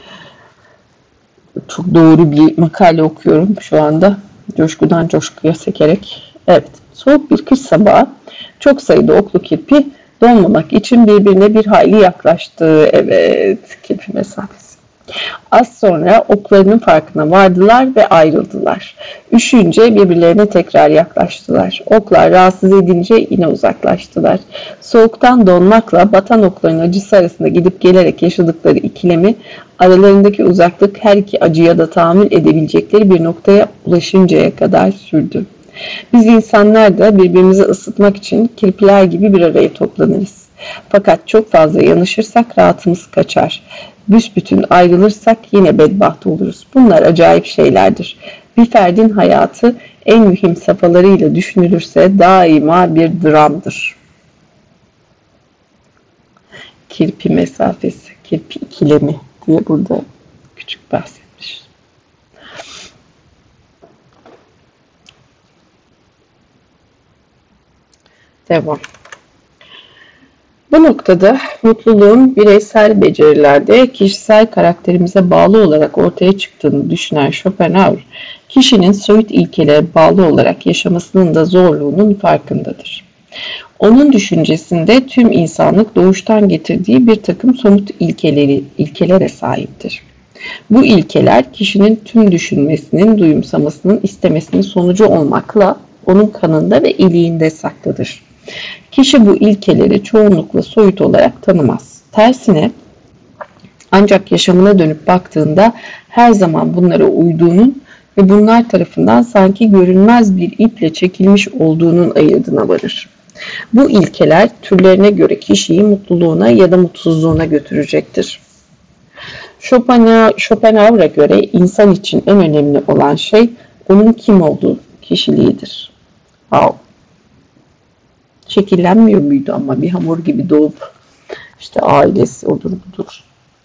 Çok doğru bir makale okuyorum şu anda. Coşkudan coşkuya sekerek. Evet, soğuk bir kış sabahı çok sayıda oklu kirpi donmamak için birbirine bir hayli yaklaştı. Evet, kirpi mesafesi. Az sonra oklarının farkına vardılar ve ayrıldılar. Üşüyünce birbirlerine tekrar yaklaştılar. Oklar rahatsız edince yine uzaklaştılar. Soğuktan donmakla batan okların acısı arasında gidip gelerek yaşadıkları ikilemi, aralarındaki uzaklık her iki acıya da tahammül edebilecekleri bir noktaya ulaşıncaya kadar sürdü. Biz insanlar da birbirimizi ısıtmak için kirpiler gibi bir araya toplanırız. Fakat çok fazla yanışırsak rahatımız kaçar. Büsbütün ayrılırsak yine bedbaht oluruz. Bunlar acayip şeylerdir. Bir ferdin hayatı en mühim safhalarıyla düşünülürse daima bir dramdır. Kirpi mesafesi, kirpi ikilemi diye burada küçük bahsetmiş. Devam. Bu noktada mutluluğun bireysel becerilerde kişisel karakterimize bağlı olarak ortaya çıktığını düşünen Schopenhauer, kişinin soyut ilkelere bağlı olarak yaşamasının da zorluğunun farkındadır. Onun düşüncesinde tüm insanlık doğuştan getirdiği bir takım somut ilkelere sahiptir. Bu ilkeler kişinin tüm düşünmesinin, duyumsamasının, istemesinin sonucu olmakla onun kanında ve iliğinde saklıdır. Kişi bu ilkeleri çoğunlukla soyut olarak tanımaz. Tersine ancak yaşamına dönüp baktığında her zaman bunlara uyduğunun ve bunlar tarafından sanki görünmez bir iple çekilmiş olduğunun ayırdına varır. Bu ilkeler türlerine göre kişiyi mutluluğuna ya da mutsuzluğuna götürecektir. Schopenhauer'a göre insan için en önemli olan şey onun kim olduğu kişiliğidir. Şekillenmiyor muydu ama bir hamur gibi doğup İşte ailesi odur budur.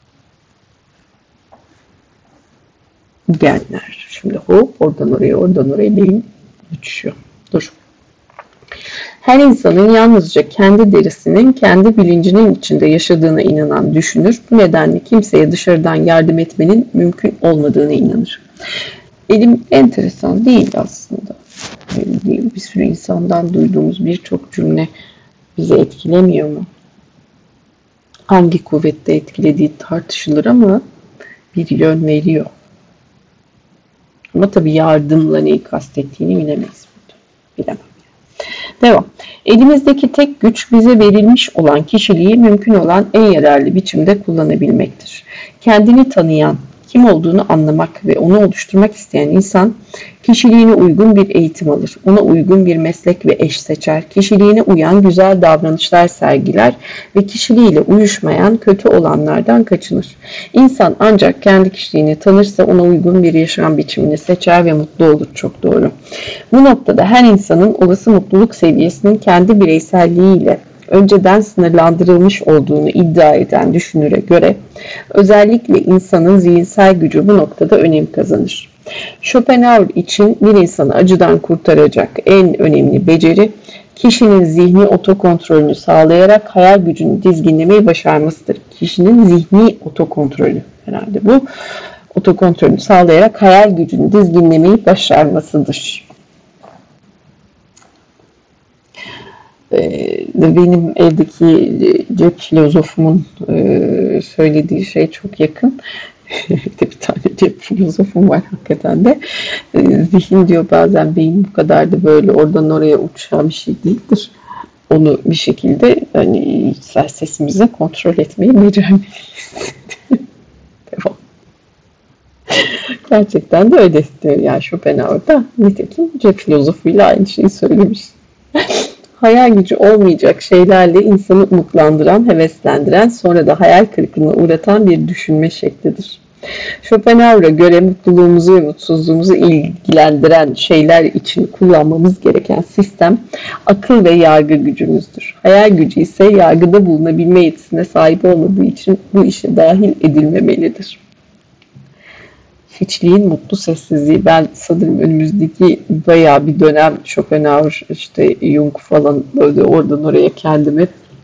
Genler. Şimdi hop oradan oraya beyin uçuşuyor. Dur. Her insanın yalnızca kendi derisinin, kendi bilincinin içinde yaşadığına inanan düşünür. Bu nedenle kimseye dışarıdan yardım etmenin mümkün olmadığına inanır. Benim enteresan değil aslında. Değil. Bir sürü insandan duyduğumuz birçok cümle bizi etkilemiyor mu? Hangi kuvvette etkilediği tartışılır ama bir yön veriyor. Ama tabii yardımla neyi kastettiğini bilemeyiz burada. Bilemem. Devam. Elimizdeki tek güç bize verilmiş olan kişiliği mümkün olan en yararlı biçimde kullanabilmektir. Kendini tanıyan, kim olduğunu anlamak ve onu oluşturmak isteyen insan kişiliğine uygun bir eğitim alır. Ona uygun bir meslek ve eş seçer. Kişiliğine uyan güzel davranışlar sergiler ve kişiliğiyle uyuşmayan kötü olanlardan kaçınır. İnsan ancak kendi kişiliğini tanırsa ona uygun bir yaşam biçimini seçer ve mutlu olur. Çok doğru. Bu noktada her insanın olası mutluluk seviyesinin kendi bireyselliğiyle önceden sınırlandırılmış olduğunu iddia eden düşünüre göre özellikle insanın zihinsel gücü bu noktada önem kazanır. Schopenhauer için bir insanı acıdan kurtaracak en önemli beceri kişinin zihni otokontrolünü sağlayarak hayal gücünü dizginlemeyi başarmasıdır. Kişinin zihni otokontrolü herhalde bu. Otokontrolünü sağlayarak hayal gücünü dizginlemeyi başarmasıdır. Benim evdeki cep filozofumun söylediği şey çok yakın. Bir tane cep filozofum var hakikaten de. Zihin diyor bazen beyin bu kadar da böyle oradan oraya uçan bir şey değildir. Onu bir şekilde hani sesimize kontrol etmeyi becermeliyiz. Devam. Gerçekten de öyle diyor yani Schopenhauer'da. Nitekim cep filozofuyla aynı şeyi söylemiş. Hayal gücü olmayacak şeylerle insanı umutlandıran, heveslendiren, sonra da hayal kırıklığına uğratan bir düşünme şeklidir. Schopenhauer'a göre mutluluğumuzu ve mutsuzluğumuzu ilgilendiren şeyler için kullanmamız gereken sistem akıl ve yargı gücümüzdür. Hayal gücü ise yargıda bulunabilme yetisine sahip olmadığı için bu işe dahil edilmemelidir. Hiçliğin mutlu sessizliği. Ben sanırım önümüzdeki bayağı bir dönem Schopenhauer, işte Jung falan böyle oradan oraya kendimi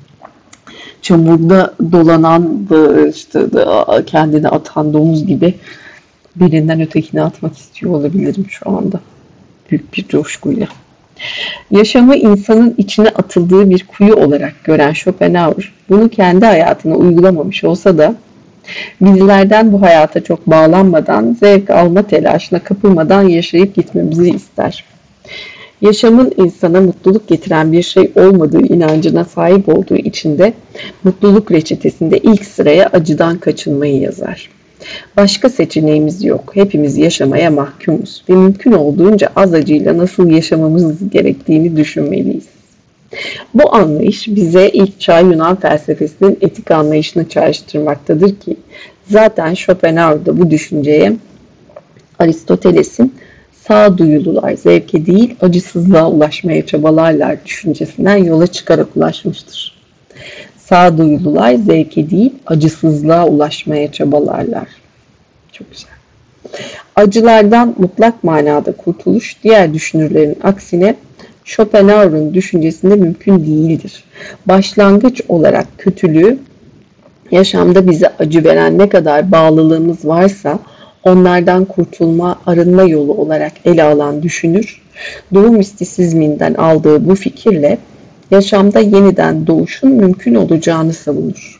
çamurda dolanan işte kendini atan domuz gibi birinden ötekine atmak istiyor olabilirim şu anda. Büyük bir coşkuyla. Yaşamı insanın içine atıldığı bir kuyu olarak gören Schopenhauer, bunu kendi hayatına uygulamamış olsa da bizlerden bu hayata çok bağlanmadan, zevk alma telaşına kapılmadan yaşayıp gitmemizi ister. Yaşamın insana mutluluk getiren bir şey olmadığı inancına sahip olduğu için de mutluluk reçetesinde ilk sıraya acıdan kaçınmayı yazar. Başka seçeneğimiz yok. Hepimiz yaşamaya mahkumuz ve mümkün olduğunca az acıyla nasıl yaşamamız gerektiğini düşünmeliyiz. Bu anlayış bize ilk çağ Yunan felsefesinin etik anlayışını çağrıştırmaktadır ki zaten Schopenhauer da bu düşünceye Aristoteles'in sağduyulular zevke değil acısızlığa ulaşmaya çabalarlar düşüncesinden yola çıkarak ulaşmıştır. Sağduyulular zevke değil acısızlığa ulaşmaya çabalarlar. Çok güzel. Acılardan mutlak manada kurtuluş diğer düşünürlerin aksine Schopenhauer'ın düşüncesinde mümkün değildir. Başlangıç olarak kötülüğü yaşamda bize acı veren ne kadar bağlılığımız varsa onlardan kurtulma, arınma yolu olarak ele alan düşünür, Doğu mistisizminden aldığı bu fikirle yaşamda yeniden doğuşun mümkün olacağını savunur.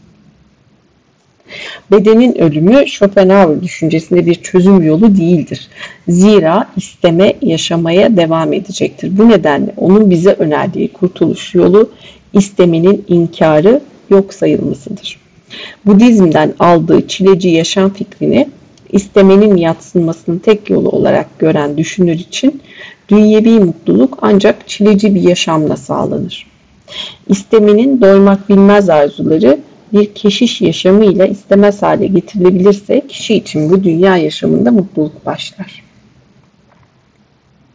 Bedenin ölümü Schopenhauer düşüncesinde bir çözüm yolu değildir. Zira isteme yaşamaya devam edecektir. Bu nedenle onun bize önerdiği kurtuluş yolu istemenin inkarı, yok sayılmasıdır. Budizm'den aldığı çileci yaşam fikrini istemenin yadsınmasının tek yolu olarak gören düşünür için dünyevi mutluluk ancak çileci bir yaşamla sağlanır. İstemenin doymak bilmez arzuları bir keşiş yaşamıyla istemez hale getirilebilirse kişi için bu dünya yaşamında mutluluk başlar.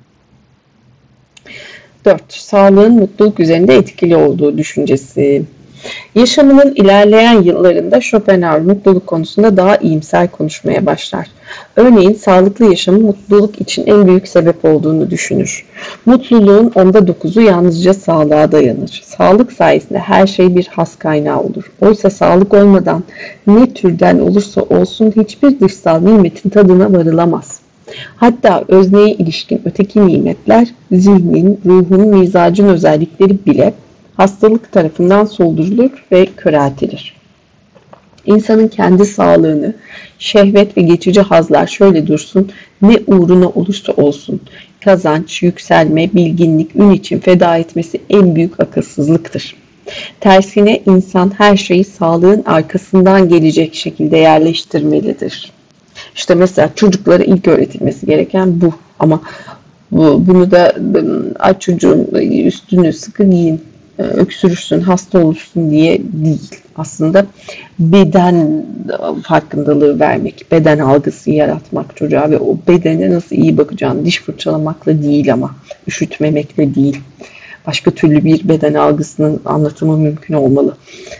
4. Sağlığın mutluluk üzerinde etkili olduğu düşüncesi. Yaşamının ilerleyen yıllarında Schopenhauer mutluluk konusunda daha iyimser konuşmaya başlar. Örneğin sağlıklı yaşamın mutluluk için en büyük sebep olduğunu düşünür. Mutluluğun onda 9'u yalnızca sağlığa dayanır. Sağlık sayesinde her şey bir has kaynağı olur. Oysa sağlık olmadan ne türden olursa olsun hiçbir dışsal nimetin tadına varılamaz. Hatta özneye ilişkin öteki nimetler, zihnin, ruhun, mizacın özellikleri bile hastalık tarafından soldurulur ve köreltilir. İnsanın kendi sağlığını, şehvet ve geçici hazlar şöyle dursun, ne uğruna olursa olsun, kazanç, yükselme, bilginlik, ün için feda etmesi en büyük akılsızlıktır. Tersine insan her şeyi sağlığın arkasından gelecek şekilde yerleştirmelidir. İşte mesela çocuklara ilk öğretilmesi gereken bu. Ama bunu da aç çocuğun üstünü sıkı giyin, öksürürsün, hasta olursun diye değil. Aslında beden farkındalığı vermek, beden algısı yaratmak çocuğa ve o bedene nasıl iyi bakacağını diş fırçalamakla değil ama üşütmemekle değil. Başka türlü bir beden algısının anlatımı mümkün olmalı.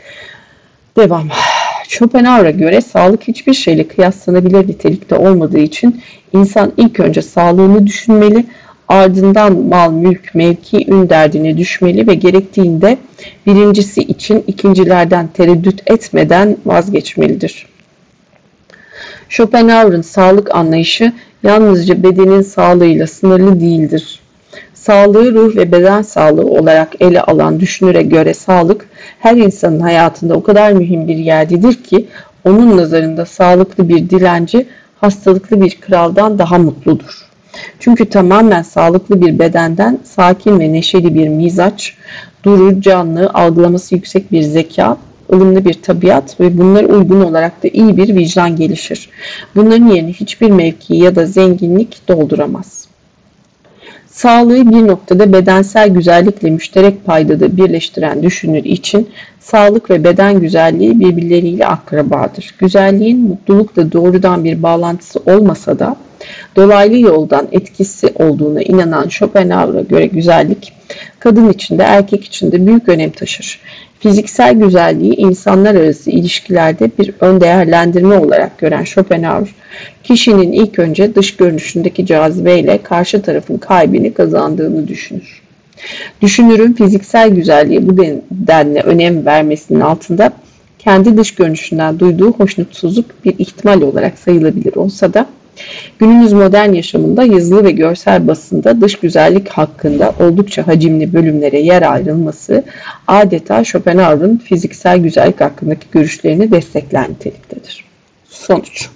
Devam. Schopenhauer'a göre sağlık hiçbir şeyle kıyaslanabilir nitelikte olmadığı için insan ilk önce sağlığını düşünmeli, ardından mal, mülk, mevki, ün derdine düşmeli ve gerektiğinde birincisi için ikincilerden tereddüt etmeden vazgeçmelidir. Schopenhauer'ın sağlık anlayışı yalnızca bedenin sağlığıyla sınırlı değildir. Sağlığı ruh ve beden sağlığı olarak ele alan düşünüre göre sağlık her insanın hayatında o kadar mühim bir yerdedir ki onun nazarında sağlıklı bir dilenci hastalıklı bir kraldan daha mutludur. Çünkü tamamen sağlıklı bir bedenden sakin ve neşeli bir mizaç, duru, canlı, algılaması yüksek bir zeka, ılımlı bir tabiat ve bunlara uygun olarak da iyi bir vicdan gelişir. Bunların yerini hiçbir mevki ya da zenginlik dolduramaz. Sağlığı bir noktada bedensel güzellikle müşterek paydada birleştiren düşünür için sağlık ve beden güzelliği birbirleriyle akrabadır. Güzelliğin mutlulukla doğrudan bir bağlantısı olmasa da dolaylı yoldan etkisi olduğuna inanan Schopenhauer'a göre güzellik, kadın için de erkek için de büyük önem taşır. Fiziksel güzelliği insanlar arası ilişkilerde bir ön değerlendirme olarak gören Schopenhauer, kişinin ilk önce dış görünüşündeki cazibeyle karşı tarafın kalbini kazandığını düşünür. Düşünürün fiziksel güzelliğe bu denli önem vermesinin altında kendi dış görünüşünden duyduğu hoşnutsuzluk bir ihtimal olarak sayılabilir olsa da günümüz modern yaşamında yazılı ve görsel basında dış güzellik hakkında oldukça hacimli bölümlere yer ayrılması adeta Schopenhauer'ın fiziksel güzellik hakkındaki görüşlerini destekler niteliktedir. Sonuç: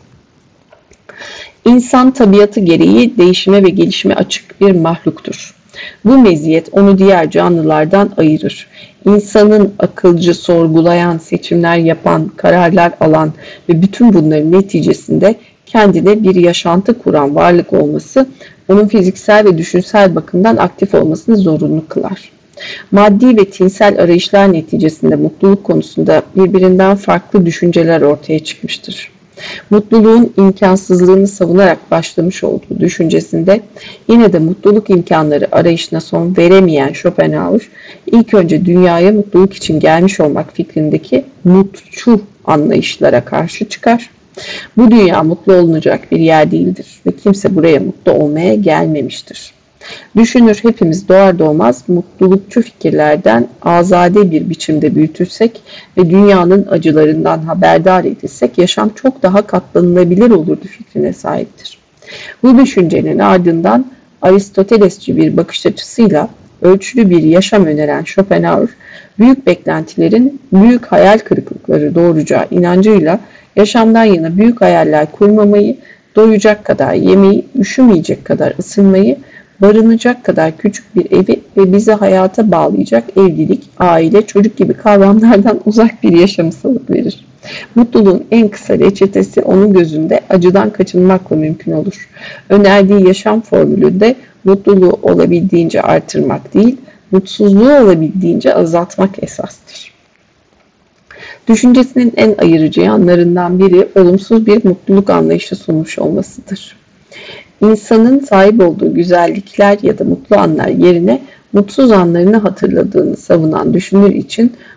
İnsan tabiatı gereği değişime ve gelişime açık bir mahluktur. Bu meziyet onu diğer canlılardan ayırır. İnsanın akılcı, sorgulayan, seçimler yapan, kararlar alan ve bütün bunların neticesinde kendine bir yaşantı kuran varlık olması, onun fiziksel ve düşünsel bakımdan aktif olmasını zorunlu kılar. Maddi ve tinsel arayışlar neticesinde mutluluk konusunda birbirinden farklı düşünceler ortaya çıkmıştır. Mutluluğun imkansızlığını savunarak başlamış olduğu düşüncesinde yine de mutluluk imkanları arayışına son veremeyen Schopenhauer, ilk önce dünyaya mutluluk için gelmiş olmak fikrindeki mutçu anlayışlara karşı çıkar. Bu dünya mutlu olunacak bir yer değildir ve kimse buraya mutlu olmaya gelmemiştir. Düşünür hepimiz doğar doğmaz mutlulukçu fikirlerden azade bir biçimde büyütülsek ve dünyanın acılarından haberdar edilsek yaşam çok daha katlanılabilir olurdu fikrine sahiptir. Bu düşüncenin ardından Aristotelesçi bir bakış açısıyla ölçülü bir yaşam öneren Schopenhauer, büyük beklentilerin büyük hayal kırıklıkları doğuracağı inancıyla yaşamdan yana büyük hayaller kurmamayı, doyacak kadar yemeği, üşümeyecek kadar ısınmayı, barınacak kadar küçük bir evi ve bizi hayata bağlayacak evlilik, aile, çocuk gibi kavramlardan uzak bir yaşamı salıverir. Mutluluğun en kısa reçetesi onun gözünde acıdan kaçınmakla mümkün olur. Önerdiği yaşam formülünde mutluluğu olabildiğince artırmak değil, mutsuzluğu olabildiğince azaltmak esastır. Düşüncesinin en ayırıcı yanlarından biri olumsuz bir mutluluk anlayışı sunmuş olmasıdır. İnsanın sahip olduğu güzellikler ya da mutlu anlar yerine mutsuz anlarını hatırladığını savunan düşünür için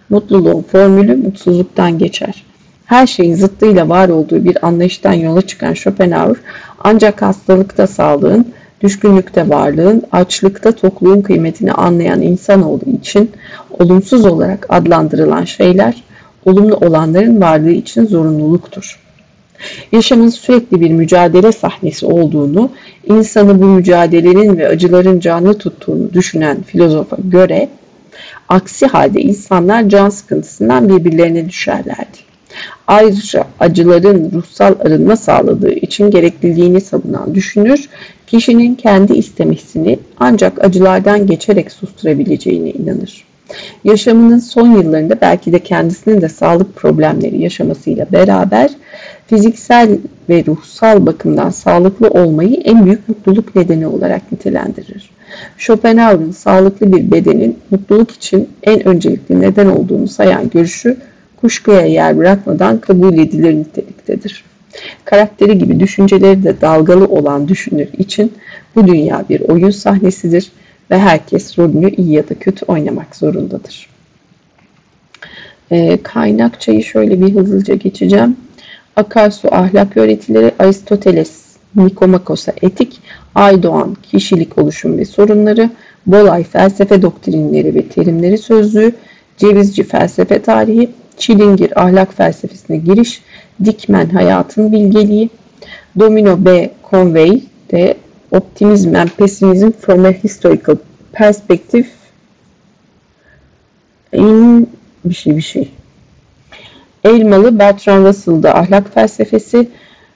Mutluluğun formülü mutsuzluktan geçer. Her şeyin zıttıyla var olduğu bir anlayıştan yola çıkan Schopenhauer, ancak hastalıkta sağlığın, düşkünlükte varlığın, açlıkta tokluğun kıymetini anlayan insanoğlu için olumsuz olarak adlandırılan şeyler, olumlu olanların varlığı için zorunluluktur. Yaşamın sürekli bir mücadele sahnesi olduğunu, insanı bu mücadelenin ve acıların canlı tuttuğunu düşünen filozofa göre, aksi halde insanlar can sıkıntısından birbirlerine düşerlerdi. Ayrıca acıların ruhsal arınma sağladığı için gerekliliğini savunan düşünür, kişinin kendi istemesini ancak acılardan geçerek susturabileceğine inanır. Yaşamının son yıllarında belki de kendisinin de sağlık problemleri yaşamasıyla beraber fiziksel ve ruhsal bakımdan sağlıklı olmayı en büyük mutluluk nedeni olarak nitelendirir. Schopenhauer'ın sağlıklı bir bedenin mutluluk için en öncelikli neden olduğunu sayan görüşü kuşkuya yer bırakmadan kabul edilir niteliktedir. Karakteri gibi düşünceleri de dalgalı olan düşünür için bu dünya bir oyun sahnesidir ve herkes rolünü iyi ya da kötü oynamak zorundadır. Kaynakçayı şöyle bir hızlıca geçeceğim. Akarsu ahlak öğretileri, Aristoteles, Nikomakos'a etik, Aydoğan kişilik oluşum ve sorunları, Bolay felsefe doktrinleri ve terimleri sözlüğü, Cevizci felsefe tarihi, Çilingir ahlak felsefesine giriş, Dikmen hayatın bilgeliği, Domino B. Conway de Optimism and Pessimism from a Historical Perspective in bir şey. Elmalı Bertrand Russell'da ahlak felsefesi,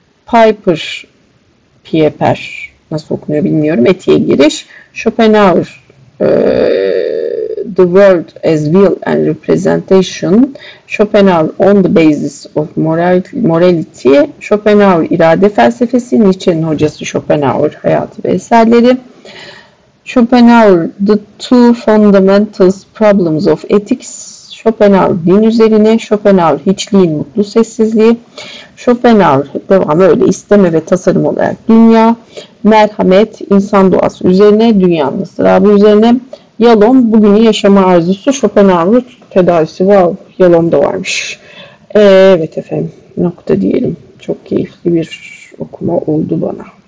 Pieper nasıl okunuyor bilmiyorum. Etiğe giriş. Schopenhauer The World as Will and Representation, Schopenhauer on the Basis of Morality, Schopenhauer irade felsefesi, Nietzsche'nin hocası Schopenhauer hayatı ve eserleri, Schopenhauer The Two Fundamental Problems of Ethics, Schopenhauer din üzerine, Schopenhauer hiçliğin mutlu sessizliği, Schopenhauer devamı öyle isteme ve tasarım olarak dünya, merhamet, insan doğası üzerine, dünyanın ıstırabı üzerine, Yalom, bugünü yaşama arzusu, Schopenhauer tedavisi. Wow, Yalom da varmış. Evet efendim, nokta diyelim. Çok keyifli bir okuma oldu bana.